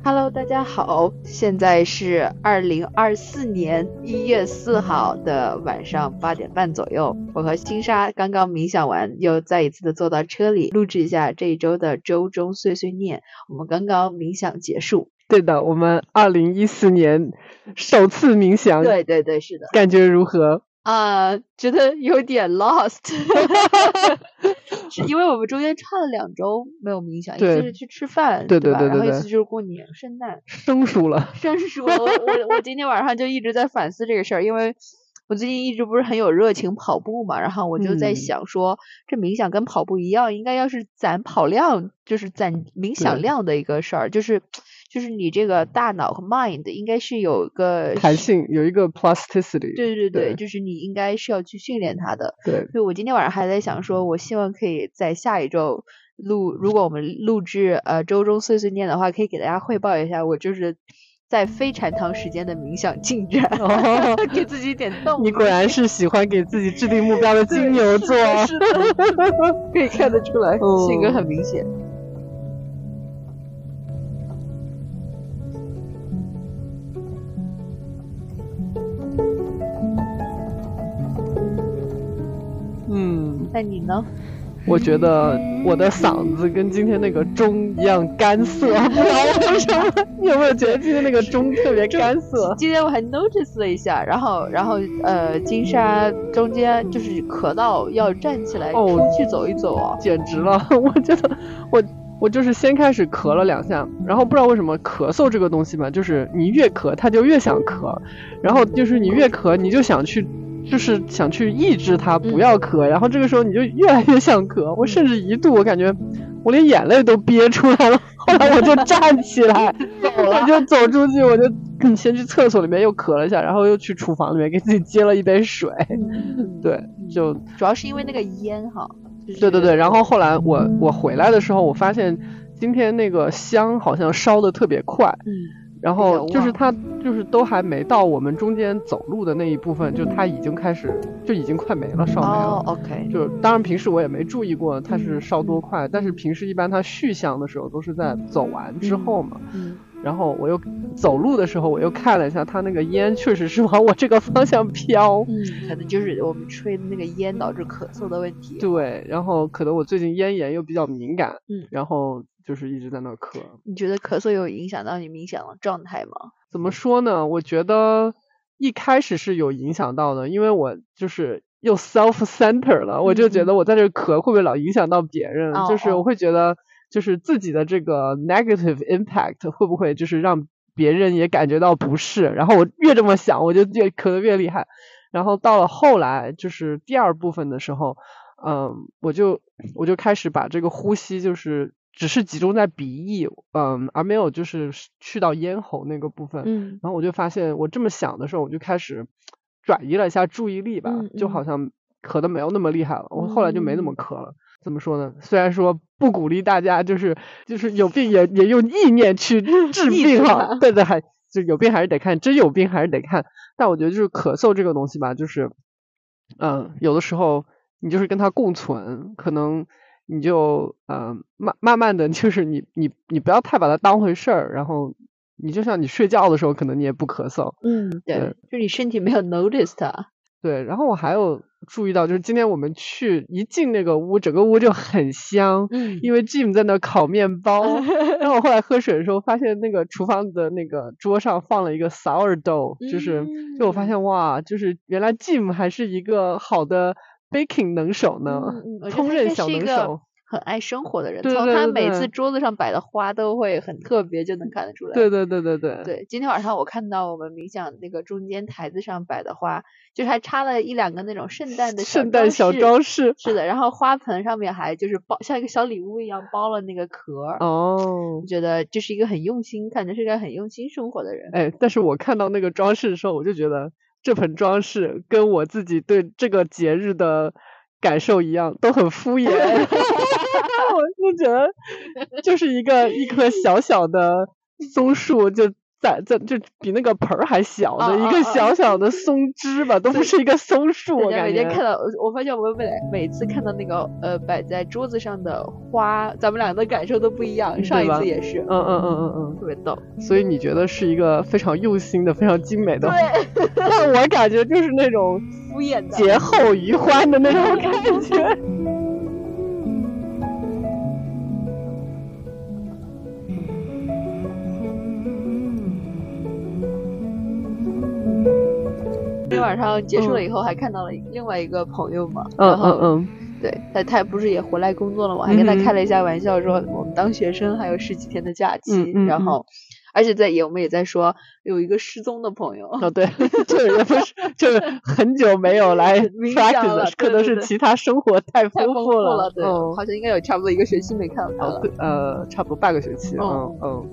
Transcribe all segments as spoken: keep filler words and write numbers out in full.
Hello， 大家好，现在是二零二四年一月四号的晚上八点半左右，我和星沙刚刚冥想完，又再一次的坐到车里录制一下这一周的周中碎碎念。我们刚刚冥想结束。 对的，我们二零一四年首次冥想。 对对对，是的。 感觉如何？ 啊、呃，觉得有点 lost 是因为我们中间差了两周没有冥想，一次是去吃饭， 对对对对对， 然后一次就是过年圣诞， 生疏了生疏了。我我我今天晚上就一直在反思这个事儿，因为我最近一直不是很有热情跑步嘛，然后我就在想说、嗯、这冥想跟跑步一样，应该要是攒跑量，就是攒冥想量的一个事儿，就是就是你这个大脑和 mind 应该是有个弹性，有一个 plasticity。 对对对，就是你应该是要去训练它的。 对， 所以我今天晚上还在想说，我希望可以在下一周录，如果我们录制呃周中碎碎念的话，可以给大家汇报一下我就是在非常长时间的冥想进展、哦、给自己一点动力。 你果然是喜欢给自己制定目标的金牛座。 是的，是的可以看得出来、哦、性格很明显。 嗯， 那你呢？ 我觉得我的嗓子跟今天那个钟一样干涩，不知道为什么。你有没有觉得今天那个钟特别干涩？ 今天我还 notice 了一下，然后然后呃，金沙中间就是咳到要站起来出去走一走啊、哦， 简直了！我觉得我我就是先开始咳了两下，然后不知道为什么咳嗽这个东西吧，就是你越咳它就越想咳，然后就是你越咳你就想去。就是想去抑制它不要咳、嗯、然后这个时候你就越来越想咳，我甚至一度我感觉我连眼泪都憋出来了，后来我就站起来走了，我就走出去，我就先去厕所里面又咳了一下，然后又去厨房里面给自己接了一杯水、嗯、对，就主要是因为那个烟哈、就是、 对对对，然后后来我我回来的时候我发现今天那个香好像烧得特别快，嗯，然后就是它就是都还没到我们中间走路的那一部分，就它已经开始就已经快没了，烧没了。 哦、OK， 就当然平时我也没注意过它是烧多快、嗯、但是平时一般它续香的时候都是在走完之后嘛。嗯，嗯然后我又走路的时候我又看了一下，它那个烟确实是往我这个方向飘。 嗯，可能就是我们吹的那个烟导致咳嗽的问题。 对，然后可能我最近咽炎又比较敏感，嗯，然后就是一直在那咳。 你觉得咳嗽有影响到你冥想的状态吗？ 怎么说呢，我觉得一开始是有影响到的，因为我就是又 self-center 了、嗯、我就觉得我在这咳会不会老影响到别人、嗯、就是我会觉得就是自己的这个 negative impact 会不会就是让别人也感觉到不适，然后我越这么想我就越咳得越厉害，然后到了后来就是第二部分的时候嗯，我就我就开始把这个呼吸就是只是集中在鼻翼，嗯，而没有就是去到咽喉那个部分。嗯，然后我就发现我这么想的时候，我就开始转移了一下注意力吧，嗯嗯就好像咳得没有那么厉害了。我后来就没那么咳了。嗯、怎么说呢？虽然说不鼓励大家就是就是有病也也用意念去治病哈，对对，还就有病还是得看，真有病还是得看。但我觉得就是咳嗽这个东西吧，就是嗯，有的时候你就是跟它共存，可能。你就呃慢慢慢的就是你你你不要太把它当回事儿，然后你就像你睡觉的时候可能你也不咳嗽， 嗯，对，对就你身体没有 notice 它。 对，然后我还有注意到就是今天我们去一进那个屋整个屋就很香，嗯，因为 Jim 在那烤面包然后我后来喝水的时候发现那个厨房的那个桌上放了一个 sourdough、嗯、就是就我发现哇就是原来 Jim 还是一个好的baking 能手呢， 嗯、 烹饪小能手， 很爱生活的人， 对对对对， 从他每次桌子上摆的花都会很特别，就能看得出来。 对对对对对对，今天晚上我看到我们冥想那个中间台子上摆的花，就是还插了一两个那种圣诞的小圣诞小装饰， 是的，然后花盆上面还就是包像一个小礼物一样包了那个壳。 哦， 我觉得这是一个很用心，感觉是一个很用心生活的人。 哎，但是我看到那个装饰的时候，我就觉得这盆装饰跟我自己对这个节日的感受一样，都很敷衍。我就觉得就是一个一棵小小的松树，就在在就比那个盆儿还小的一个小小的松枝吧，都不是一个松树。我感觉每天看到，我发现我们每每次看到那个呃摆在桌子上的花，咱们俩的感受都不一样。上一次也是， 嗯嗯嗯嗯嗯， 特别逗。 所以你觉得是一个非常用心的、非常精美的，对，但我感觉就是那种敷衍的劫后余欢的那种感觉。 今天晚上结束了以后，还看到了另外一个朋友嘛， 嗯嗯嗯， 对，他他不是也回来工作了嘛，还跟他开了一下玩笑，说我们当学生还有十几天的假期， 嗯嗯嗯、 然后而且在也我们也在说有一个失踪的朋友， 哦对，就是也不是就是很久没有来 practice， 可能是其他生活太丰富了， 了对、嗯，好像应该有差不多一个学期没看到他了， 哦、呃，差不多半个学期，嗯嗯。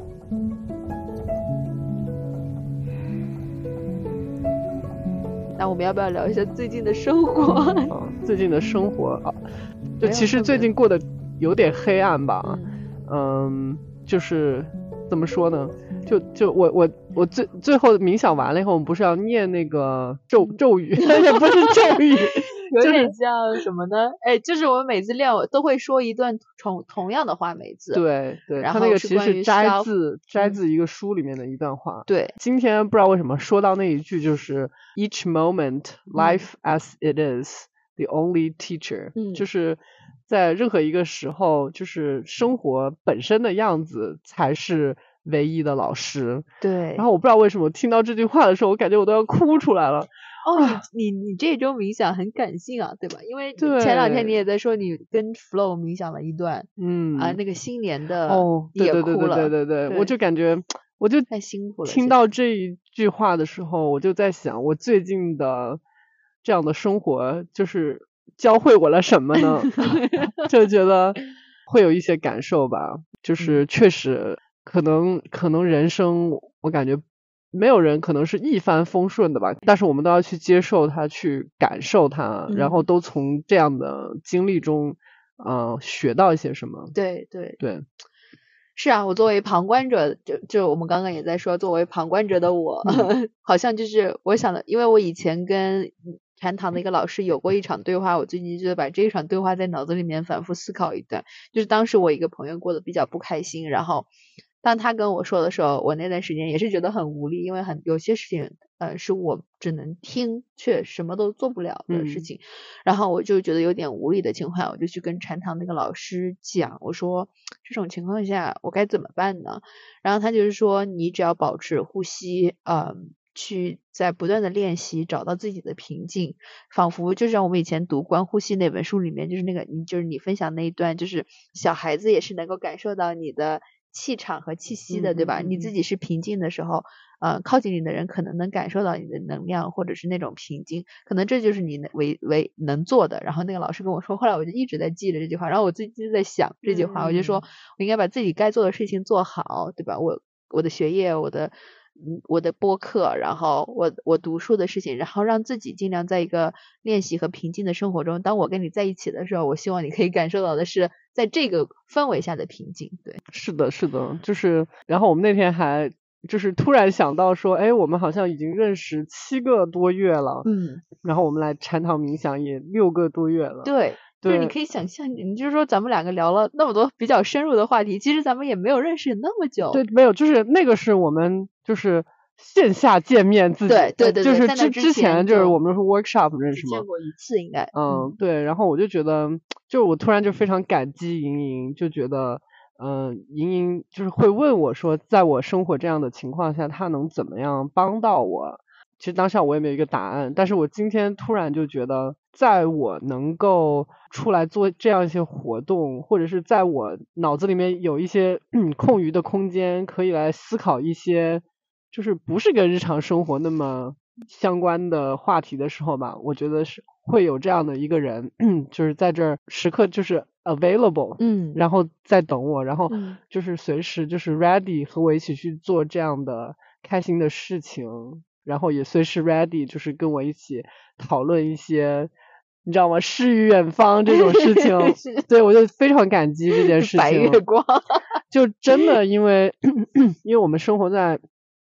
那我们要不要聊一下最近的生活？ 嗯、最近的生活啊，就其实最近过得有点黑暗吧。嗯，嗯就是怎么说呢？就就我我我最最后冥想完了以后，我们不是要念那个咒咒语，也不是咒语。 有点像什么呢？哎，就是我们每次练都会说一段同同样的话，每次。 对对， 然后他那个其实是摘自摘自一个书里面的一段话。 对， 今天不知道为什么说到那一句，就是 Each moment, life as it is, the only teacher、嗯。就是在任何一个时候，就是生活本身的样子才是唯一的老师。 对。 然后我不知道为什么听到这句话的时候，我感觉我都要哭出来了。 哦，你你你这周冥想很感性啊，对吧？因为前两天你也在说你跟 Flow 冥想了一段，嗯啊，那个新年的哦， 也哭了， 对对对对对对对，我就感觉我就太辛苦了。 听到这一句话的时候，我就在想，我最近的这样的生活就是教会我了什么呢？就觉得会有一些感受吧，就是确实可能可能人生我感觉。没有人可能是一帆风顺的吧，但是我们都要去接受它，去感受它、嗯、然后都从这样的经历中呃学到一些什么。 对对对， 是啊，我作为旁观者，就就我们刚刚也在说，作为旁观者的我、嗯、好像就是我想的，因为我以前跟禅堂的一个老师有过一场对话，我最近就把这一场对话在脑子里面反复思考一段，就是当时我一个朋友过得比较不开心，然后当他跟我说的时候，我那段时间也是觉得很无力，因为很有些事情呃是我只能听却什么都做不了的事情、嗯、然后我就觉得有点无力的情况，我就去跟禅堂那个老师讲，我说这种情况下我该怎么办呢？然后他就是说你只要保持呼吸，呃去在不断的练习找到自己的平静，仿佛就像我们以前读观呼吸那本书里面，就是那个你就是你分享那一段，就是小孩子也是能够感受到你的气场和气息的，对吧？嗯、你自己是平静的时候，呃，靠近你的人可能能感受到你的能量或者是那种平静，可能这就是你唯唯能做的。然后那个老师跟我说，后来我就一直在记着这句话，然后我最近在想这句话、嗯、我就说我应该把自己该做的事情做好，对吧？我我的学业，我的我的播客，然后我我读书的事情，然后让自己尽量在一个练习和平静的生活中，当我跟你在一起的时候，我希望你可以感受到的是在这个氛围下的平静。对， 是的是的，就是然后我们那天还就是突然想到说，哎，我们好像已经认识七个多月了，嗯，然后我们来禅堂冥想也六个多月了。 对，就是你可以想象，你就是说咱们两个聊了那么多比较深入的话题，其实咱们也没有认识那么久。 对，没有，就是那个是我们就是线下见面自己， 对对对对， 就是之之前就是我们是 workshop 认识嘛， 见过一次应该。 嗯，对，然后我就觉得，就我突然就非常感激莹莹，就觉得，嗯、呃，莹莹就是会问我说，在我生活这样的情况下，她能怎么样帮到我？其实当下我也没有一个答案，但是我今天突然就觉得，在我能够出来做这样一些活动，或者是在我脑子里面有一些、嗯、空余的空间，可以来思考一些就是不是跟日常生活那么相关的话题的时候吧，我觉得是会有这样的一个人，就是在这儿时刻就是 available， 嗯，然后在等我，然后就是随时就是 ready 和我一起去做这样的开心的事情，然后也随时 ready 就是跟我一起讨论一些你知道吗，诗与远方这种事情对，我就非常感激这件事情。 白月光就真的因为因为我们生活在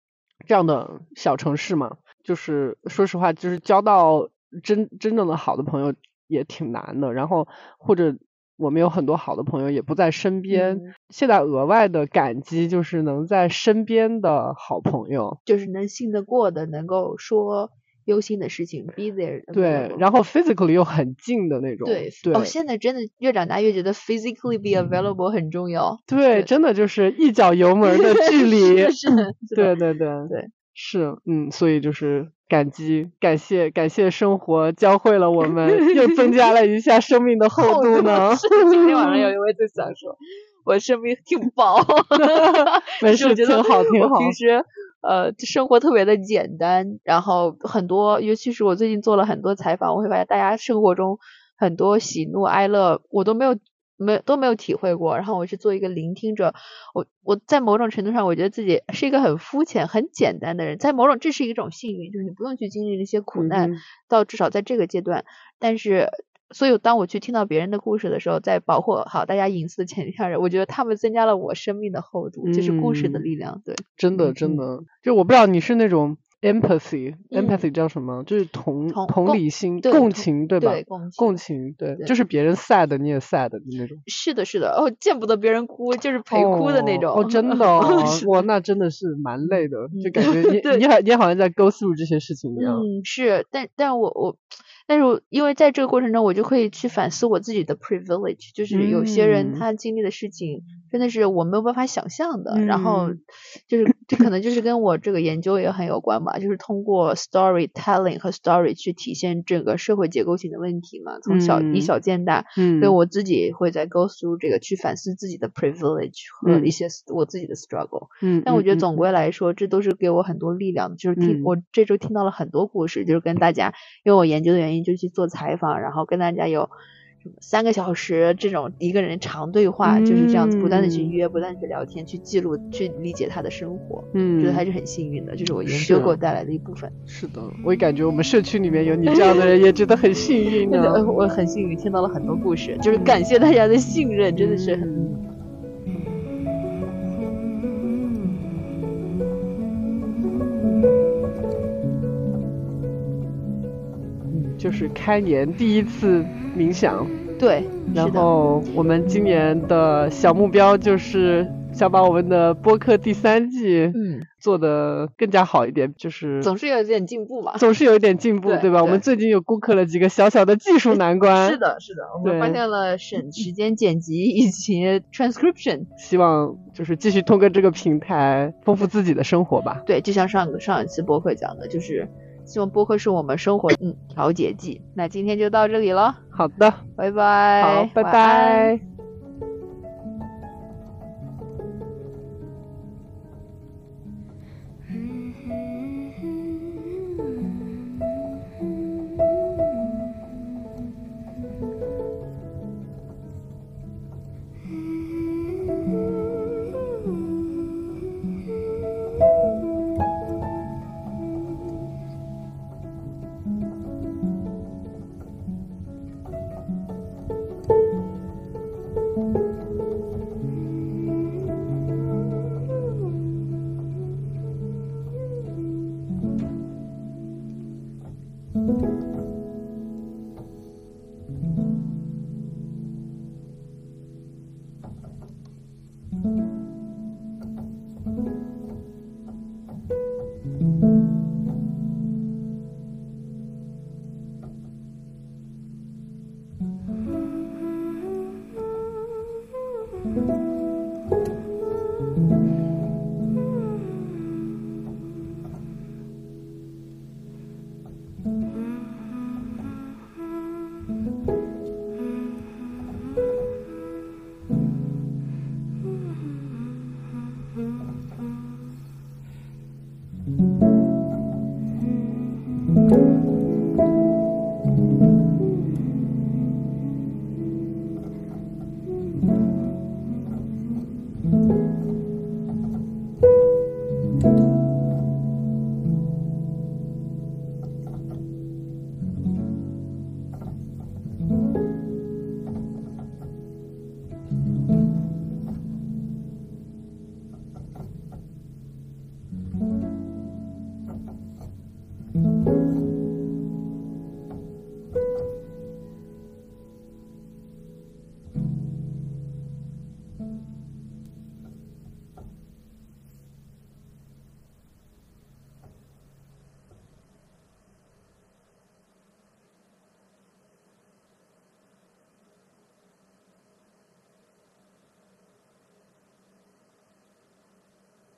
这样的小城市嘛，就是说实话就是交到真真正的好的朋友也挺难的，然后或者我们有很多好的朋友也不在身边、嗯、现在额外的感激就是能在身边的好朋友， 就是能信得过的，能够说忧心的事情 be there， 对，然后 physically 又很近的那种。 对对， 哦，现在真的越长大越觉得 physically be available 很重要。 对，对真的就是一脚油门的距离。 是是的， 对对对对， 是，嗯，所以就是感激感谢感谢生活教会了我们，又增加了一下生命的厚度呢。 是今天晚上有一位就想说我生命挺薄。 没事，挺好挺好。 平时呃生活特别的简单，然后很多尤其是我最近做了很多采访，我会发现大家生活中很多喜怒哀乐我都没有没都没有体会过，然后我是做一个聆听者，我我在某种程度上我觉得自己是一个很肤浅很简单的人，在某种这是一种幸运，就是你不用去经历那些苦难、嗯、到至少在这个阶段，但是所以当我去听到别人的故事的时候，在保护好大家隐私的前提下，我觉得他们增加了我生命的厚度，就是故事的力量。对， 真的真的、嗯、就我不知道你是那种empathy、嗯、empathy 叫什么，就是同同, 同理心共情，对吧？ 对，共情共情 对, 对就是别人 sad 你也 sad 的那种。 是的是的，哦，见不得别人哭就是陪哭的那种。 哦, 哦真的哦哇那真的是蛮累的，就感觉你你好你好像在 go through 这些事情一样。 嗯，是，但但我我但是因为在这个过程中我就可以去反思我自己的 privilege， 就是有些人他经历的事情真的是我没有办法想象的、嗯、然后就是这可能就是跟我这个研究也很有关吧，就是通过 storytelling 和 story 去体现整个社会结构性的问题嘛，从小、嗯、以小见大，嗯，所以我自己会在 go through 这个去反思自己的 privilege 和一些我自己的 struggle， 嗯，但我觉得总归来说、嗯、这都是给我很多力量的，就是听、嗯、我这周听到了很多故事，就是跟大家因为我研究的原因就去做采访，然后跟大家有三个小时这种一个人长对话、嗯、就是这样子不断的去约不断的去聊天去记录去理解他的生活，嗯，觉得还是很幸运的，就是我研究给我带来的一部分。 是, 是的，我也感觉我们社区里面有你这样的人也觉得很幸运呢、啊。 我很幸运听到了很多故事，就是感谢大家的信任、嗯、真的是很、嗯就是开年第一次冥想， 对， 然后我们今年的小目标就是想把我们的播客第三季嗯做得更加好一点，就是总是有一点进步吧， 总是有一点进步 对, 对吧对？我们最近又攻克了几个小小的技术难关。 是的是的，我们发现了省时间剪辑以及 transcription， 希望就是继续通过这个平台丰富自己的生活吧。 对，就像上上一次播客讲的，就是希望播客是我们生活嗯调节剂。那今天就到这里了， 好的， 拜拜。 好，拜拜。Mm-hmm.